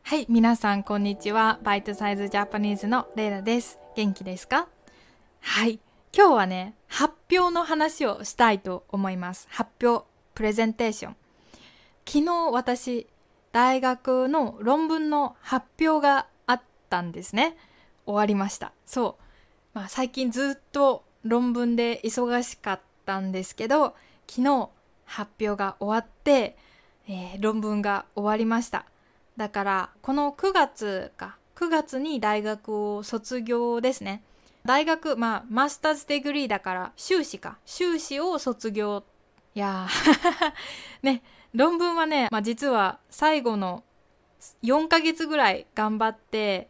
はい、皆さんこんにちは。バイトサイズジャパニーズのレイラです。元気ですか？はい、今日はね、発表の話をしたいと思います。発表、プレゼンテーション。昨日私、大学の論文の発表があったんですね。終わりました。そう。最近ずっと論文で忙しかったんですけど、昨日発表が終わって、論文が終わりました。だからこの9月に大学を卒業ですね。大学マスターズデグリーだから修士を卒業。いやーね、論文はね、実は最後の4ヶ月ぐらい頑張って、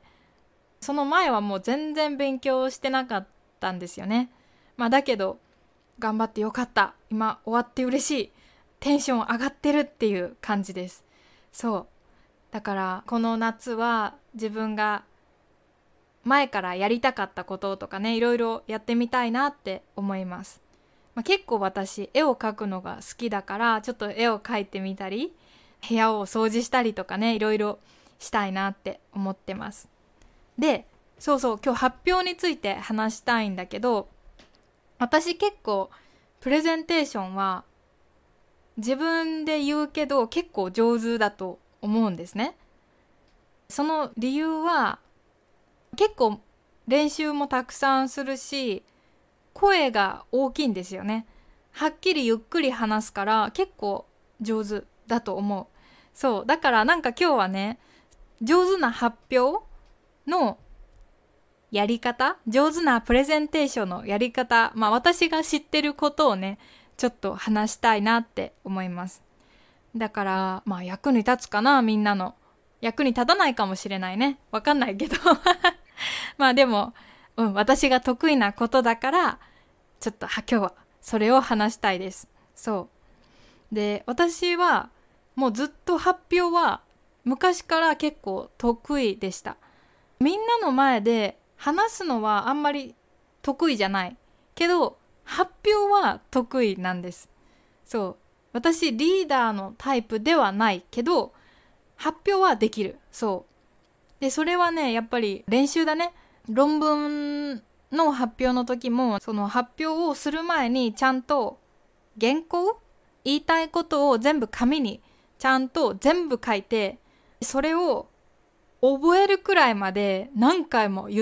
その前はもう全然勉強してなかったんですよね。だけど頑張ってよかった、今終わって嬉しい、テンション上がってるっていう感じです。そうだからこの夏は自分が前からやりたかったこととかね、いろいろやってみたいなって思います。結構私絵を描くのが好きだから、ちょっと絵を描いてみたり、部屋を掃除したりとかね、いろいろしたいなって思ってます。で、そうそう、今日発表について話したいんだけど、私結構プレゼンテーションは自分で言うけど結構上手だと思うんですね。その理由は結構練習もたくさんするし、声が大きいんですよね。はっきりゆっくり話すから結構上手だと思う。そうだから今日はね、上手な発表のやり方、上手なプレゼンテーションのやり方、私が知ってることをね、ちょっと話したいなって思います。だから役に立つかな、みんなの。役に立たないかもしれないね。わかんないけどでも、私が得意なことだから、ちょっと今日はそれを話したいです。そう。で、私はもうずっと発表は昔から結構得意でした。みんなの前で話すのはあんまり得意じゃない。けど、発表は得意なんです。そう。私リーダーのタイプではないけど、発表はできる。そう。で、それはね、やっぱり練習だね。論文の発表の時も、その発表をする前にちゃんと原稿、言いたいことを全部紙にちゃんと全部書いて、それを覚えるくらいまで何回も言って、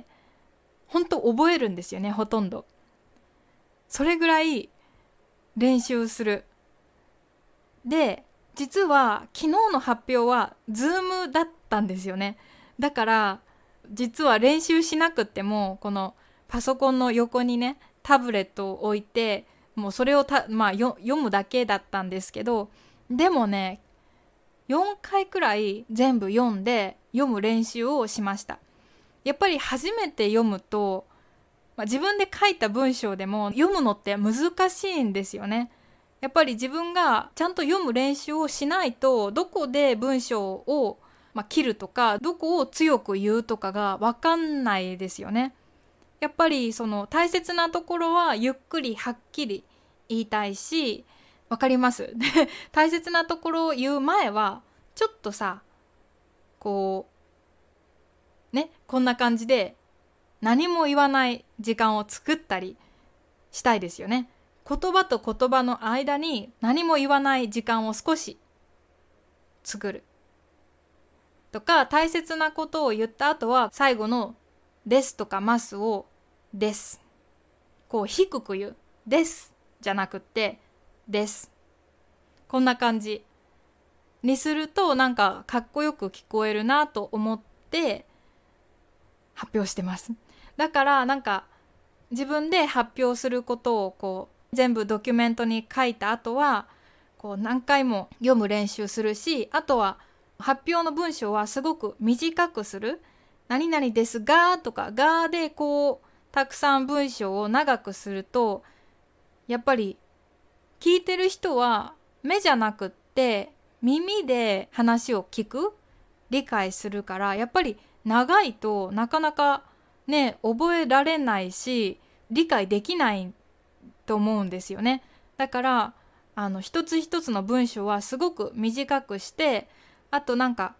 ほんと覚えるんですよね、ほとんど。それぐらい練習する。で、実は昨日の発表はズームだったんですよね。だから実は練習しなくっても、このパソコンの横にね、タブレットを置いて、もうそれを読むだけだったんですけど、でもね、4回くらい全部読んで読む練習をしました。やっぱり初めて読むと、自分で書いた文章でも読むのって難しいんですよね。やっぱり自分がちゃんと読む練習をしないと、どこで文章を切るとか、どこを強く言うとかが分かんないですよね。やっぱりその大切なところはゆっくりはっきり言いたいし、わかります。で、大切なところを言う前はちょっとさ、こうね、こんな感じで何も言わない時間を作ったりしたいですよね。言葉と言葉の間に何も言わない時間を少し作るとか、大切なことを言った後は最後のですとかますをですこう低く言う。ですじゃなくってです、こんな感じにするとかっこよく聞こえるなと思って発表してます。だから自分で発表することをこう全部ドキュメントに書いた後はこう何回も読む練習するし、あとは発表の文章はすごく短くする。何々ですがとかがでこうたくさん文章を長くすると、やっぱり聞いてる人は目じゃなくって耳で話を聞く、理解するから、やっぱり長いとなかなかね、覚えられないし理解できないと思うんですよね。だから一つ一つの文章はすごく短くして、あと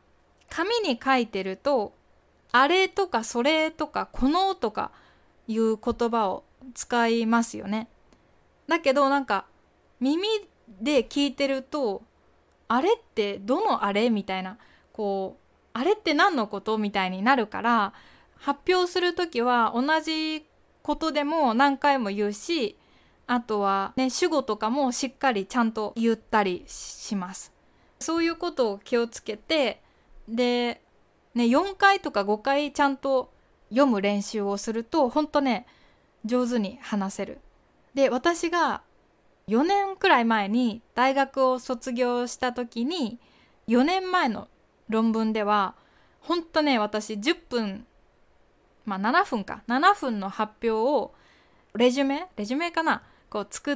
紙に書いてると、あれとかそれとかこのとかいう言葉を使いますよね。だけどなんか耳で聞いてると、あれってどのあれみたいな、あれって何のことみたいになるから、発表するときは同じことでも何回も言うし、あとはね、主語とかもしっかりちゃんと言ったりします。そういうことを気をつけて、で、ね、4回とか5回ちゃんと読む練習をすると、ほんとね、上手に話せる。で、私が4年くらい前に大学を卒業した時に、4年前の論文では、ほんとね、私10分、7分か。7分の発表を、レジュメかな作って、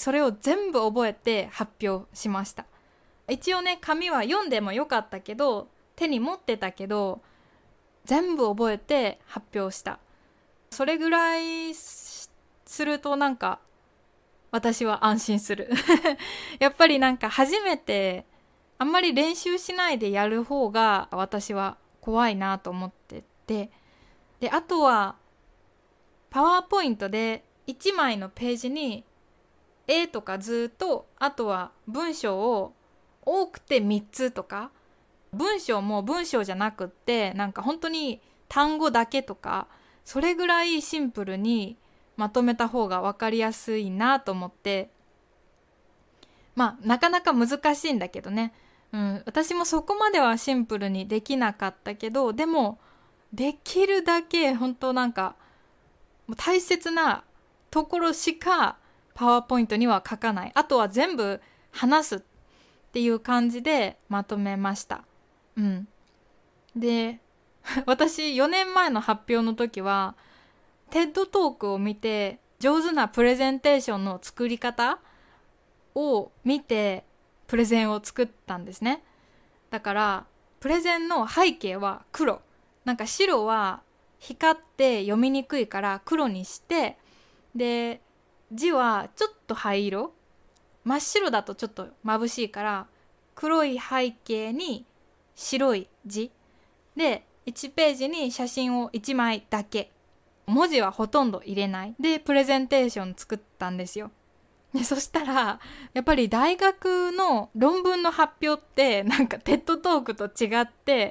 それを全部覚えて発表しました。一応ね、紙は読んでもよかったけど、手に持ってたけど、全部覚えて発表した。それぐらいするとなんか、私は安心する。やっぱりなんか初めて、あんまり練習しないでやる方が私は怖いなと思ってて、で、あとは、パワーポイントで1枚のページに絵とか図と、あとは文章を多くて3つとか、文章も文章じゃなくって、なんか本当に単語だけとか、それぐらいシンプルにまとめた方が分かりやすいなと思って、なかなか難しいんだけどね。私もそこまではシンプルにできなかったけど、でも、できるだけ本当なんか、もう大切なところしかパワーポイントには書かない。あとは全部話すっていう感じでまとめました。で、私4年前の発表の時は、TED トークを見て、上手なプレゼンテーションの作り方を見て、プレゼンを作ったんですね。だから、プレゼンの背景は黒。なんか白は光って読みにくいから黒にして、で、字はちょっと灰色。真っ白だとちょっと眩しいから、黒い背景に白い字。で、1ページに写真を1枚だけ。文字はほとんど入れない。で、プレゼンテーション作ったんですよ。で、そしたら、やっぱり大学の論文の発表って、なんかテッドトークと違って、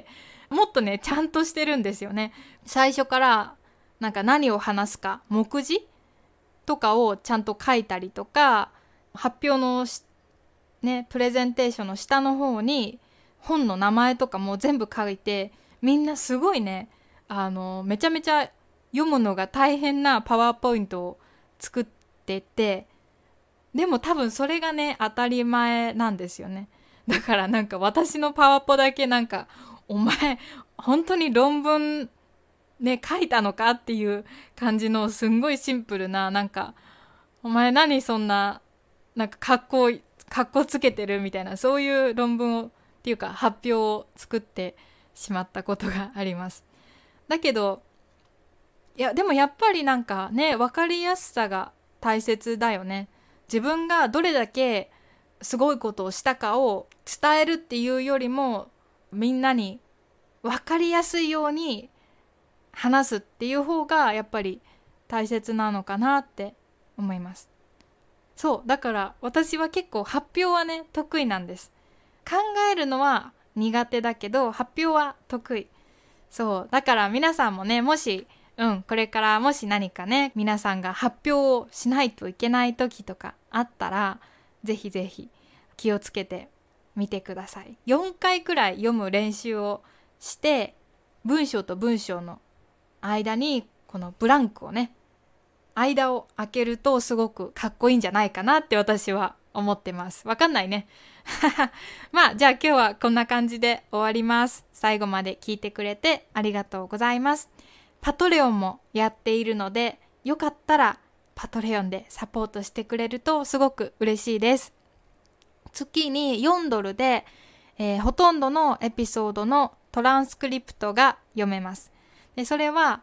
もっとね、ちゃんとしてるんですよね。最初から、なんか何を話すか、目次とかをちゃんと書いたりとか、発表のね、プレゼンテーションの下の方に、本の名前とかも全部書いて、みんなすごいね、めちゃめちゃ読むのが大変なパワーポイントを作ってて、でも多分それがね、当たり前なんですよね。だからなんか私のパワポだけなんか、お前、本当に論文ね、書いたのかっていう感じのすんごいシンプルな、なんか、お前何そんな、なんか格好つけてるみたいな、そういう論文を、っていうか発表を作ってしまったことがあります。だけど、いや、でもやっぱりなんかね、わかりやすさが大切だよね。自分がどれだけすごいことをしたかを伝えるっていうよりも、みんなに分かりやすいように話すっていう方がやっぱり大切なのかなって思います。そう、だから私は結構発表はね、得意なんです。考えるのは苦手だけど、発表は得意。そう、だから皆さんもね、もしこれからもし何かね、皆さんが発表をしないといけない時とかあったら、ぜひぜひ気をつけてみてください。4回くらい読む練習をして、文章と文章の間にこのブランクをね、間を空けるとすごくかっこいいんじゃないかなって私は思ってます。わかんないね。じゃあ今日はこんな感じで終わります。最後まで聞いてくれてありがとうございます。パトレオンもやっているので、よかったらパトレオンでサポートしてくれるとすごく嬉しいです。月に4ドルで、ほとんどのエピソードのトランスクリプトが読めます。で、それは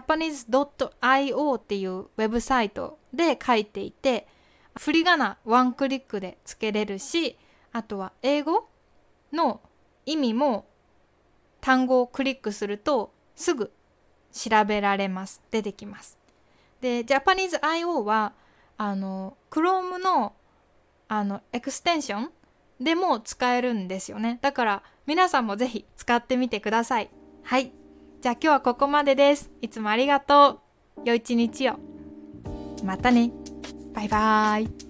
japanese.io っていうウェブサイトで書いていて、振り仮名ワンクリックでつけれるし、あとは英語の意味も単語をクリックするとすぐ調べられます。出てきます。で、Japanese.io はChrome のエクステンションでも使えるんですよね。だから皆さんもぜひ使ってみてください。はい。じゃあ今日はここまでです。いつもありがとう。良い一日を。またね。バイバーイ。